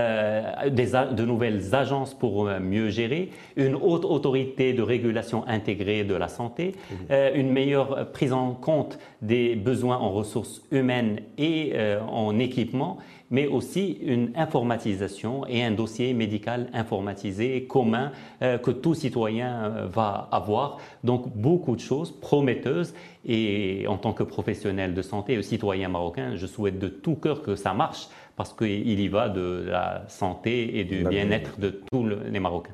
Euh, des, de nouvelles agences pour euh, mieux gérer, une haute autorité de régulation intégrée de la santé, euh, une meilleure prise en compte des besoins en ressources humaines et euh, en équipement, mais aussi une informatisation et un dossier médical informatisé commun euh, que tout citoyen euh, va avoir. Donc beaucoup de choses prometteuses et en tant que professionnel de santé et citoyen marocain, je souhaite de tout cœur que ça marche parce qu'il y va de la santé et du bien-être de tous les Marocains.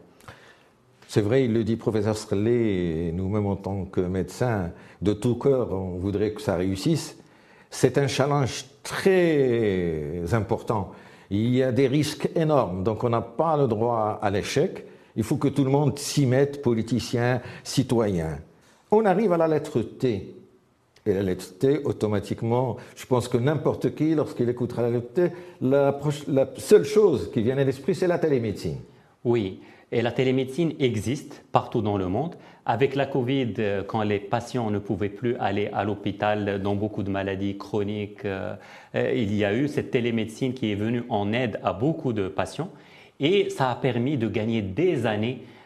C'est vrai, il le dit professeur Srlé, et nous-mêmes en tant que médecins, de tout cœur, on voudrait que ça réussisse. C'est un challenge très important. Il y a des risques énormes, donc on n'a pas le droit à l'échec. Il faut que tout le monde s'y mette, politiciens, citoyens. On arrive à la lettre T. Et la lettre T, automatiquement, je pense que n'importe qui, lorsqu'il écoutera la lettre T, la, la seule chose qui vient à l'esprit, c'est la télémédecine. Oui, et la télémédecine existe partout dans le monde. Avec la Covid, quand les patients ne pouvaient plus aller à l'hôpital dans beaucoup de maladies chroniques, euh, il y a eu cette télémédecine qui est venue en aide à beaucoup de patients. Et ça a permis de gagner des années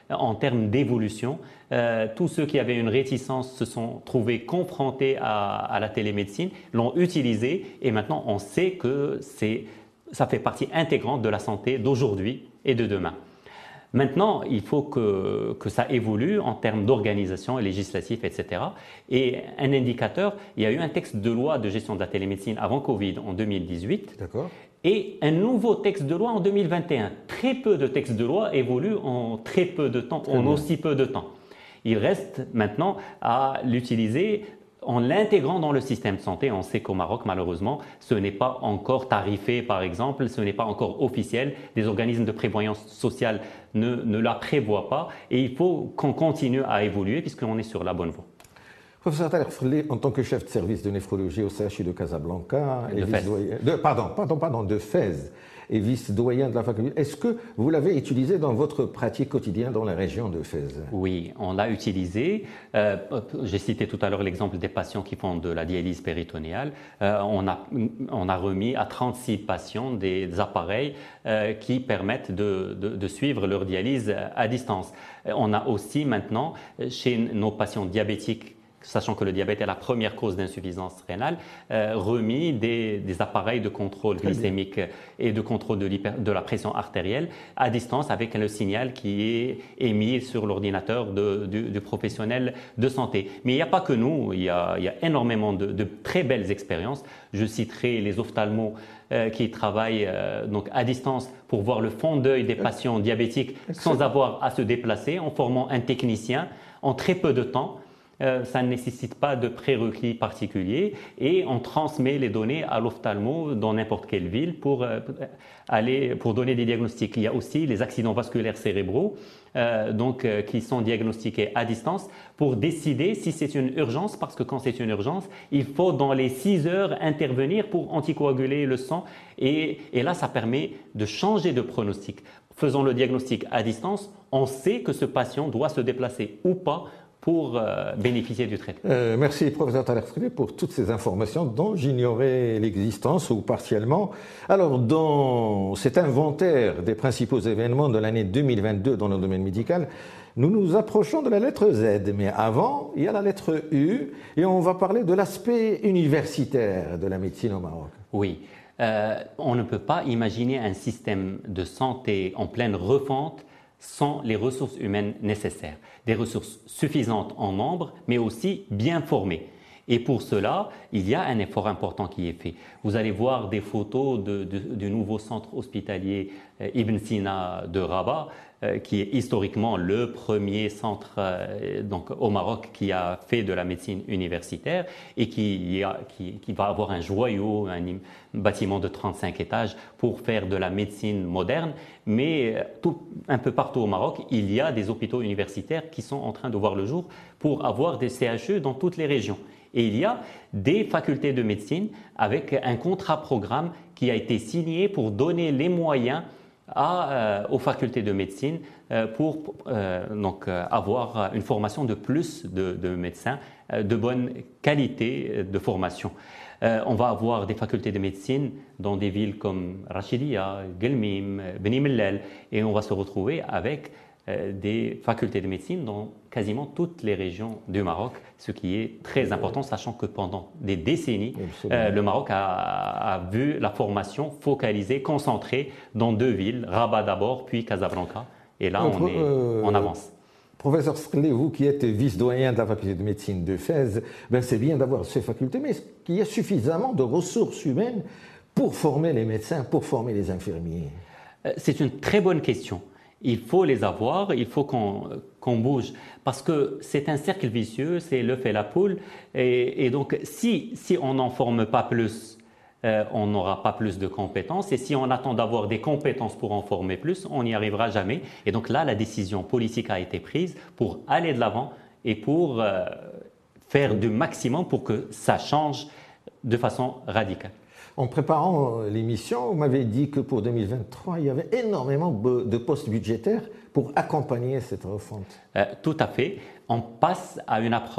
en termes d'évolution. Euh, tous ceux qui avaient une réticence se sont trouvés confrontés à, à la télémédecine, l'ont utilisée et maintenant on sait que c'est, ça fait partie intégrante de la santé d'aujourd'hui et de demain. Maintenant, il faut que, que ça évolue en termes d'organisation législative, et cetera. Et un indicateur, il y a eu un texte de loi de gestion de la télémédecine avant Covid en deux mille dix-huit. D'accord. Et un nouveau texte de loi en deux mille vingt et un. Très peu de textes de loi évoluent en très peu de temps, très en bien. Aussi peu de temps. Il reste maintenant à l'utiliser en l'intégrant dans le système de santé. On sait qu'au Maroc, malheureusement, ce n'est pas encore tarifé, par exemple, ce n'est pas encore officiel. Des organismes de prévoyance sociale ne, ne la prévoient pas et il faut qu'on continue à évoluer puisqu'on est sur la bonne voie. Professeur Taher Frli, en tant que chef de service de néphrologie au C H U de Casablanca, de et vice-doyen, de, pardon, pardon, pardon, de Fès, et vice-doyen de la faculté, est-ce que vous l'avez utilisé dans votre pratique quotidienne dans la région de Fès? Oui, on l'a utilisé. Euh, j'ai cité tout à l'heure l'exemple des patients qui font de la dialyse péritonéale. Euh, on, a, on a remis à trente-six patients des appareils euh, qui permettent de, de, de suivre leur dialyse à distance. On a aussi maintenant, chez nos patients diabétiques, sachant que le diabète est la première cause d'insuffisance rénale, euh, remis des, des appareils de contrôle glycémique et de contrôle de, de la pression artérielle à distance avec le signal qui est émis sur l'ordinateur du, du professionnel de santé. Mais il n'y a pas que nous, il y a, il y a énormément de, de très belles expériences. Je citerai les ophtalmos euh, qui travaillent euh, donc à distance pour voir le fond d'œil des patients diabétiques sans avoir à se déplacer, en formant un technicien en très peu de temps. Euh, ça ne nécessite pas de prérequis particuliers et on transmet les données à l'ophtalmo dans n'importe quelle ville pour, euh, aller, pour donner des diagnostics. Il y a aussi les accidents vasculaires cérébraux euh, donc, euh, qui sont diagnostiqués à distance pour décider si c'est une urgence, parce que quand c'est une urgence, il faut dans les six heures intervenir pour anticoaguler le sang et, et là ça permet de changer de pronostic. Faisant le diagnostic à distance, on sait que ce patient doit se déplacer ou pas pour euh, bénéficier du traitement. Euh, merci, professeur Taher Frli, pour toutes ces informations dont j'ignorais l'existence ou partiellement. Alors, dans cet inventaire des principaux événements de l'année deux mille vingt-deux dans le domaine médical, nous nous approchons de la lettre Z. Mais avant, il y a la lettre U et on va parler de l'aspect universitaire de la médecine au Maroc. Oui. Euh, on ne peut pas imaginer un système de santé en pleine refonte sans les ressources humaines nécessaires. Des ressources suffisantes en nombre, mais aussi bien formées. Et pour cela, il y a un effort important qui est fait. Vous allez voir des photos de, de, du nouveau centre hospitalier euh, Ibn Sina de Rabat, euh, qui est historiquement le premier centre euh, donc, au Maroc qui a fait de la médecine universitaire et qui, a, qui, qui va avoir un joyau, un, un bâtiment de trente-cinq étages pour faire de la médecine moderne. Mais euh, tout, un peu partout au Maroc, il y a des hôpitaux universitaires qui sont en train de voir le jour pour avoir des C H E dans toutes les régions. Et il y a des facultés de médecine avec un contrat programme qui a été signé pour donner les moyens à, euh, aux facultés de médecine euh, pour euh, donc, euh, avoir une formation de plus de, de médecins euh, de bonne qualité de formation. Euh, on va avoir des facultés de médecine dans des villes comme Rachidia, Gelmim, Beni Mellel et on va se retrouver avec euh, des facultés de médecine dans quasiment toutes les régions du Maroc, ce qui est très important, sachant que pendant des décennies, euh, le Maroc a, a vu la formation focalisée, concentrée dans deux villes, Rabat d'abord, puis Casablanca. Et là, on, est, euh, on avance. Professeur Frli, vous qui êtes vice-doyen de la faculté de médecine de Fès, ben c'est bien d'avoir ces facultés, mais est-ce qu'il y a suffisamment de ressources humaines pour former les médecins, pour former les infirmiers? C'est une très bonne question. Il faut les avoir, il faut qu'on qu'on bouge, parce que c'est un cercle vicieux, c'est l'œuf et la poule, et, et donc si, si on n'en forme pas plus, euh, on n'aura pas plus de compétences, et si on attend d'avoir des compétences pour en former plus, on n'y arrivera jamais. Et donc là, la décision politique a été prise pour aller de l'avant et pour euh, faire du maximum pour que ça change de façon radicale. En préparant l'émission, vous m'avez dit que pour deux mille vingt-trois, il y avait énormément de postes budgétaires pour accompagner cette refonte. Euh, tout à fait. On passe à une approche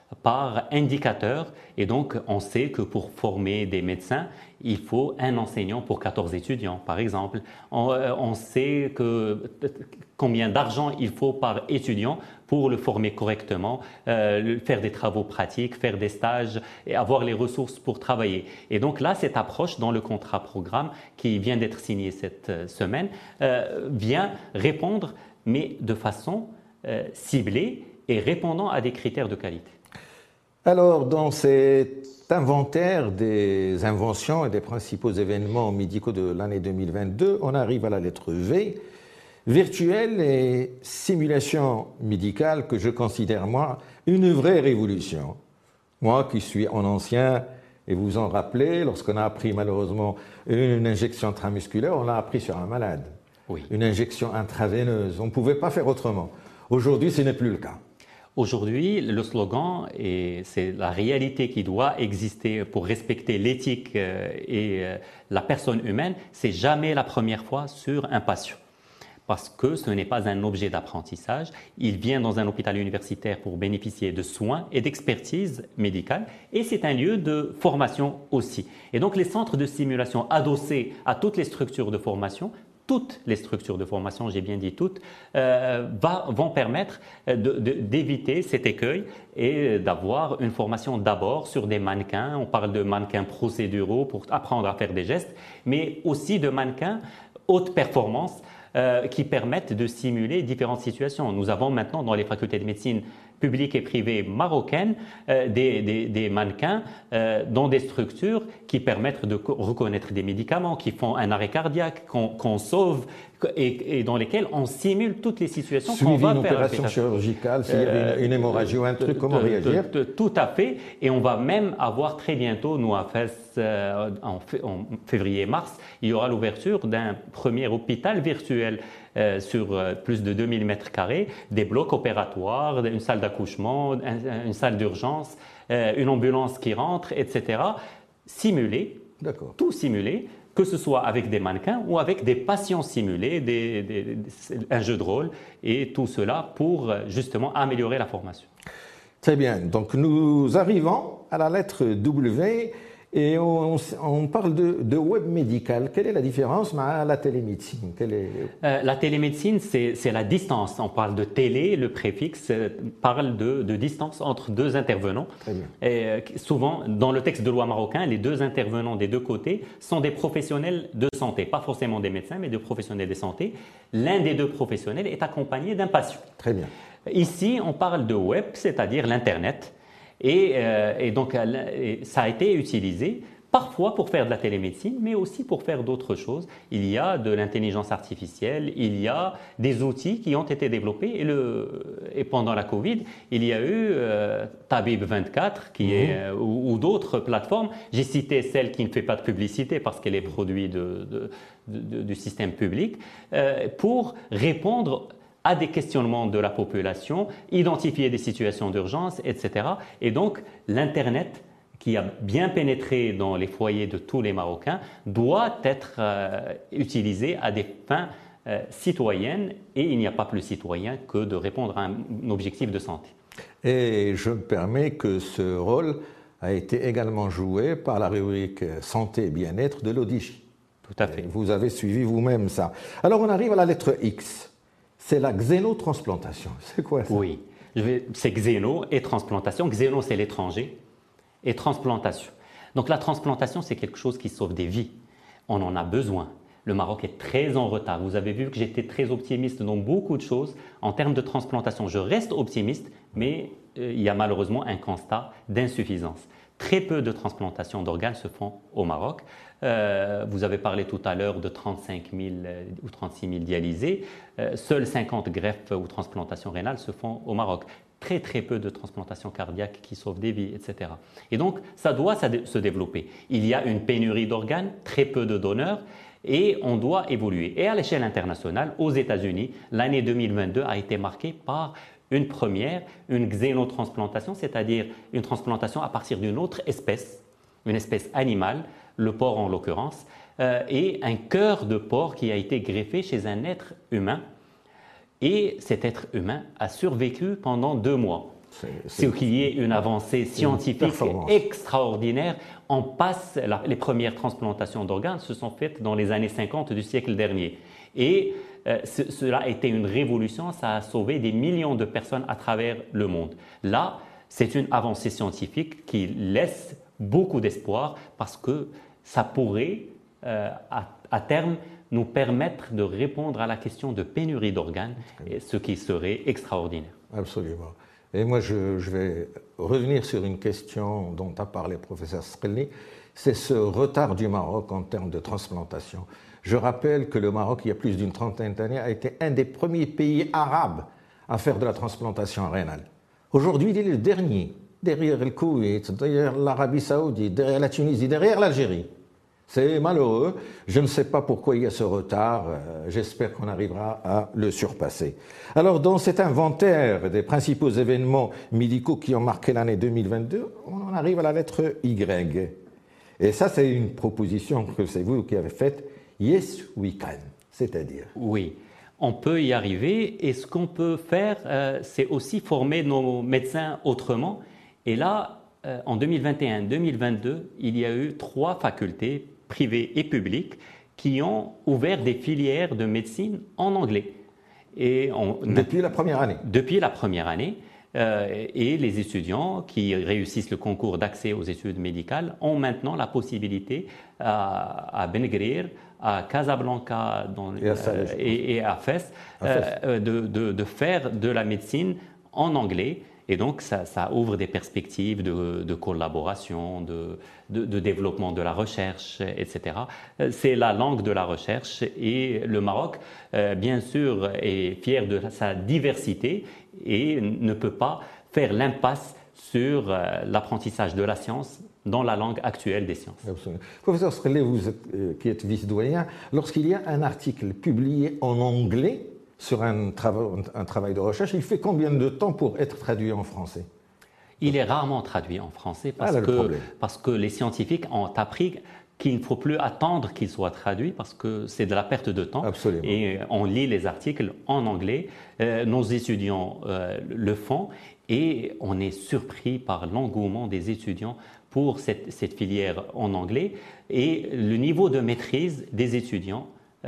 par indicateur. Et donc, on sait que pour former des médecins, il faut un enseignant pour quatorze étudiants, par exemple. On, on sait que, combien d'argent il faut par étudiant pour le former correctement, euh, faire des travaux pratiques, faire des stages et avoir les ressources pour travailler. Et donc là, cette approche dans le contrat programme qui vient d'être signé cette semaine euh, vient répondre, mais de façon euh, ciblée et répondant à des critères de qualité. Alors, dans cet inventaire des inventions et des principaux événements médicaux de l'année deux mille vingt-deux, on arrive à la lettre V, virtuel et simulation médicale, que je considère, moi, une vraie révolution. Moi qui suis un ancien, et vous vous en rappelez, lorsqu'on a appris malheureusement une injection intramusculaire, on l'a appris sur un malade. Oui. Une injection intraveineuse, on ne pouvait pas faire autrement. Aujourd'hui, ce n'est plus le cas. Aujourd'hui, le slogan, et c'est la réalité qui doit exister pour respecter l'éthique et la personne humaine, c'est jamais la première fois sur un patient. Parce que ce n'est pas un objet d'apprentissage. Il vient dans un hôpital universitaire pour bénéficier de soins et d'expertise médicale, et c'est un lieu de formation aussi. Et donc les centres de simulation adossés à toutes les structures de formation, toutes les structures de formation, j'ai bien dit toutes, euh, va, vont permettre de, de, d'éviter cet écueil et d'avoir une formation d'abord sur des mannequins. On parle de mannequins procéduraux pour apprendre à faire des gestes, mais aussi de mannequins haute performance euh, qui permettent de simuler différentes situations. Nous avons maintenant dans les facultés de médecine publiques et privées marocaines euh, des, des, des mannequins euh, dans des structures qui permettent de reconnaître des médicaments, qui font un arrêt cardiaque, qu'on, qu'on sauve et, et dans lesquels on simule toutes les situations Suivi qu'on va une faire. opération chirurgicale, s'il y avait une, une hémorragie ou un truc, comment réagir? Tout à fait. Et on va même avoir très bientôt, nous à Fès, euh, en, en février-mars, il y aura l'ouverture d'un premier hôpital virtuel euh, sur euh, plus de deux mille mètres carrés, des blocs opératoires, une salle d'accouchement, un, une salle d'urgence, euh, une ambulance qui rentre, et cetera. Simulé, tout simulé, que ce soit avec des mannequins ou avec des patients simulés, des, des, des, un jeu de rôle, et tout cela pour justement améliorer la formation. Très bien, donc nous arrivons à la lettre W et on, on parle de, de web médical. Quelle est la différence avec la télémédecine? Quelle est... euh, La télémédecine, c'est, c'est la distance. On parle de télé, le préfixe euh, parle de, de distance entre deux intervenants. Très bien. Et, euh, souvent, dans le texte de loi marocain, les deux intervenants des deux côtés sont des professionnels de santé, pas forcément des médecins, mais des professionnels de santé. L'un des deux professionnels est accompagné d'un patient. Très bien. Ici, on parle de web, c'est-à-dire l'Internet. Et, euh, et donc, et ça a été utilisé parfois pour faire de la télémédecine, mais aussi pour faire d'autres choses. Il y a de l'intelligence artificielle, il y a des outils qui ont été développés. Et, le, et pendant la Covid, il y a eu euh, Tabib vingt-quatre qui mmh. est, euh, ou, ou d'autres plateformes. J'ai cité celle qui ne fait pas de publicité parce qu'elle est produit de, de, de, de, du système public, euh, pour répondre à des questionnements de la population, identifier des situations d'urgence, et cetera. Et donc, l'Internet, qui a bien pénétré dans les foyers de tous les Marocains, doit être euh, utilisé à des fins euh, citoyennes, et il n'y a pas plus citoyen que de répondre à un, un objectif de santé. Et je me permets que ce rôle a été également joué par la rubrique Santé et Bien-être de l'O D J. Tout à fait. Et vous avez suivi vous-même ça. Alors, on arrive à la lettre X. C'est la xénotransplantation. C'est quoi ça? Oui, je vais, c'est xéno et transplantation. Xéno, c'est l'étranger, et transplantation. Donc la transplantation, c'est quelque chose qui sauve des vies. On en a besoin. Le Maroc est très en retard. Vous avez vu que j'étais très optimiste dans beaucoup de choses. En termes de transplantation, je reste optimiste, mais euh, il y a malheureusement un constat d'insuffisance. Très peu de transplantations d'organes se font au Maroc. Euh, vous avez parlé tout à l'heure de trente-cinq mille euh, ou trente-six mille dialysés. Euh, seules cinquante greffes ou transplantations rénales se font au Maroc. Très très peu de transplantations cardiaques qui sauvent des vies, et cetera. Et donc, ça doit se développer. Il y a une pénurie d'organes, très peu de donneurs, et on doit évoluer. Et à l'échelle internationale, aux États-Unis, l'année deux mille vingt-deux a été marquée par une première, une xénotransplantation, c'est-à-dire une transplantation à partir d'une autre espèce, une espèce animale, le porc en l'occurrence, euh, et un cœur de porc qui a été greffé chez un être humain. Et cet être humain a survécu pendant deux mois. C'est qu'il y ait une avancée scientifique une extraordinaire. On passe, la, les premières transplantations d'organes se sont faites dans les années cinquante du siècle dernier. Et euh, ce, cela a été une révolution, ça a sauvé des millions de personnes à travers le monde. Là, c'est une avancée scientifique qui laisse beaucoup d'espoir parce que ça pourrait, euh, à, à terme, nous permettre de répondre à la question de pénurie d'organes, ce qui serait extraordinaire. Absolument. Et moi, je, je vais revenir sur une question dont a parlé le professeur Sqelli, c'est ce retard du Maroc en termes de transplantation. Je rappelle que le Maroc, il y a plus d'une trentaine d'années, a été un des premiers pays arabes à faire de la transplantation rénale. Aujourd'hui, il est le dernier, derrière le Koweït, derrière l'Arabie Saoudite, derrière la Tunisie, derrière l'Algérie. C'est malheureux. Je ne sais pas pourquoi il y a ce retard. J'espère qu'on arrivera à le surpasser. Alors, dans cet inventaire des principaux événements médicaux qui ont marqué l'année deux mille vingt-deux, on en arrive à la lettre Y. Et ça, c'est une proposition que c'est vous qui avez faite. Yes, we can. C'est-à-dire? Oui, on peut y arriver. Et ce qu'on peut faire, euh, c'est aussi former nos médecins autrement. Et là, euh, en deux mille vingt et un deux mille vingt-deux, il y a eu trois facultés privées et publiques qui ont ouvert des filières de médecine en anglais. Et on, depuis la première année Depuis la première année. Euh, et les étudiants qui réussissent le concours d'accès aux études médicales ont maintenant la possibilité à, à Ben Guerir, à Casablanca dans, et, à euh, et, et à Fès, euh, de, de, de faire de la médecine en anglais. Et donc, ça, ça ouvre des perspectives de, de collaboration, de, de, de développement de la recherche, et cetera. C'est la langue de la recherche et le Maroc, euh, bien sûr, est fier de sa diversité et ne peut pas faire l'impasse sur euh, l'apprentissage de la science dans la langue actuelle des sciences. Absolument. Professeur Sqelli, vous êtes, euh, qui êtes vice-doyen, lorsqu'il y a un article publié en anglais sur un, trava un travail de recherche, il fait combien de temps pour être traduit en français? Il est rarement traduit en français parce, ah, que, parce que les scientifiques ont appris qu'il ne faut plus attendre qu'il soit traduit parce que c'est de la perte de temps. Absolument. Et on lit les articles en anglais, euh, nos étudiants euh, le font et on est surpris par l'engouement des étudiants pour cette, cette filière en anglais et le niveau de maîtrise des étudiants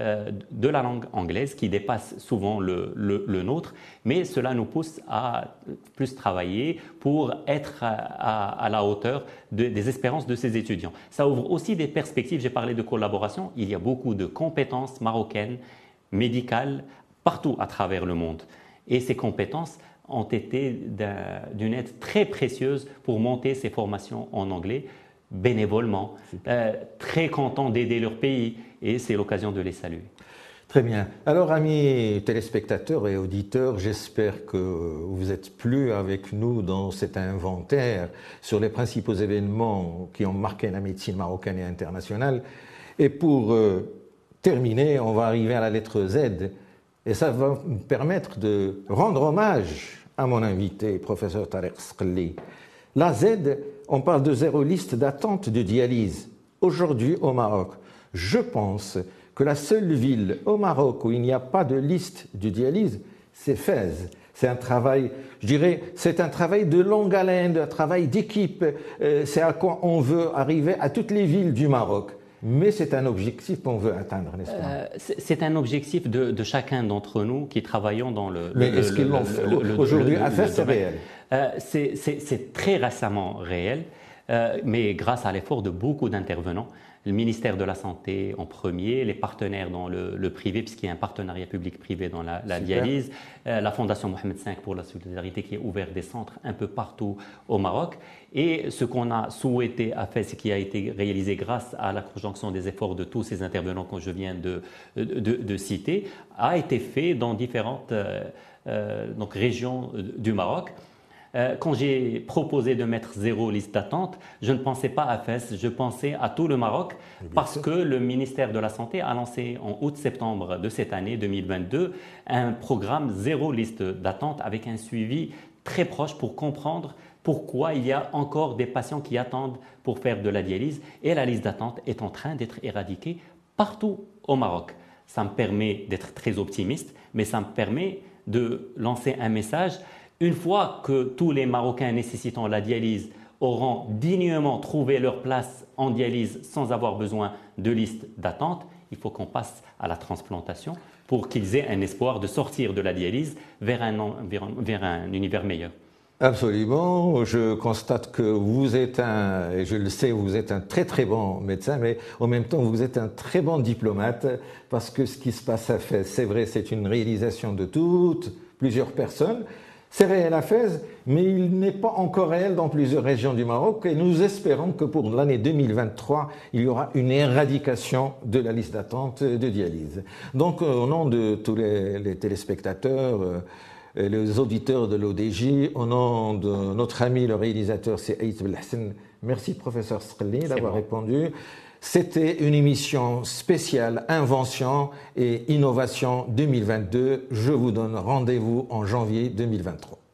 de la langue anglaise qui dépasse souvent le, le, le nôtre, mais cela nous pousse à plus travailler pour être à, à, à la hauteur de, des espérances de ces étudiants. Ça ouvre aussi des perspectives, j'ai parlé de collaboration, il y a beaucoup de compétences marocaines, médicales, partout à travers le monde. Et ces compétences ont été d'une aide très précieuse pour monter ces formations en anglais, bénévolement, euh, très contents d'aider leur pays et c'est l'occasion de les saluer. Très bien. Alors, amis téléspectateurs et auditeurs, j'espère que vous n'êtes plus avec nous dans cet inventaire sur les principaux événements qui ont marqué la médecine marocaine et internationale. Et pour euh, terminer, on va arriver à la lettre Z et ça va me permettre de rendre hommage à mon invité, professeur Tariq Sqelli. La Z, on parle de zéro liste d'attente de dialyse. Aujourd'hui, au Maroc, je pense que la seule ville au Maroc où il n'y a pas de liste de dialyse, c'est Fès. C'est un travail, je dirais, c'est un travail de longue haleine, un travail d'équipe. C'est à quoi on veut arriver à toutes les villes du Maroc. Mais c'est un objectif qu'on veut atteindre, n'est-ce pas? euh, C'est un objectif de, de chacun d'entre nous qui travaillons dans le. Mais est-ce qu'ils l'ont fait aujourd'hui? À Fès, c'est réel. Euh, c'est très récemment réel, euh, mais grâce à l'effort de beaucoup d'intervenants, le ministère de la Santé en premier, les partenaires dans le, le privé, puisqu'il y a un partenariat public-privé dans la, la dialyse, euh, la Fondation Mohamed cinq pour la solidarité qui a ouvert des centres un peu partout au Maroc. Et ce qu'on a souhaité à faire, ce qui a été réalisé grâce à la conjonction des efforts de tous ces intervenants que je viens de, de, de citer, a été fait dans différentes euh, euh, donc, régions du Maroc. Quand j'ai proposé de mettre zéro liste d'attente, je ne pensais pas à Fès, je pensais à tout le Maroc parce que le ministère de la Santé a lancé en août-septembre de cette année deux mille vingt-deux un programme zéro liste d'attente avec un suivi très proche pour comprendre pourquoi il y a encore des patients qui attendent pour faire de la dialyse et la liste d'attente est en train d'être éradiquée partout au Maroc. Ça me permet d'être très optimiste, mais ça me permet de lancer un message Une fois que tous les Marocains nécessitant la dialyse auront dignement trouvé leur place en dialyse sans avoir besoin de liste d'attente, il faut qu'on passe à la transplantation pour qu'ils aient un espoir de sortir de la dialyse vers un, vers, vers un univers meilleur. Absolument. Je constate que vous êtes un, et je le sais, vous êtes un très très bon médecin, mais en même temps, vous êtes un très bon diplomate, parce que ce qui se passe à Fès, c'est vrai, c'est une réalisation de toutes, plusieurs personnes. C'est réel à Fès, mais il n'est pas encore réel dans plusieurs régions du Maroc, et nous espérons que pour l'année deux mille vingt-trois, il y aura une éradication de la liste d'attente de dialyse. Donc, au nom de tous les, les téléspectateurs, les auditeurs de l'O D J, au nom de notre ami le réalisateur, c'est Aït Belhassan. Merci professeur Sqelli d'avoir bon. répondu. C'était une émission spéciale Invention et Innovation deux mille vingt-deux. Je vous donne rendez-vous en janvier deux mille vingt-trois.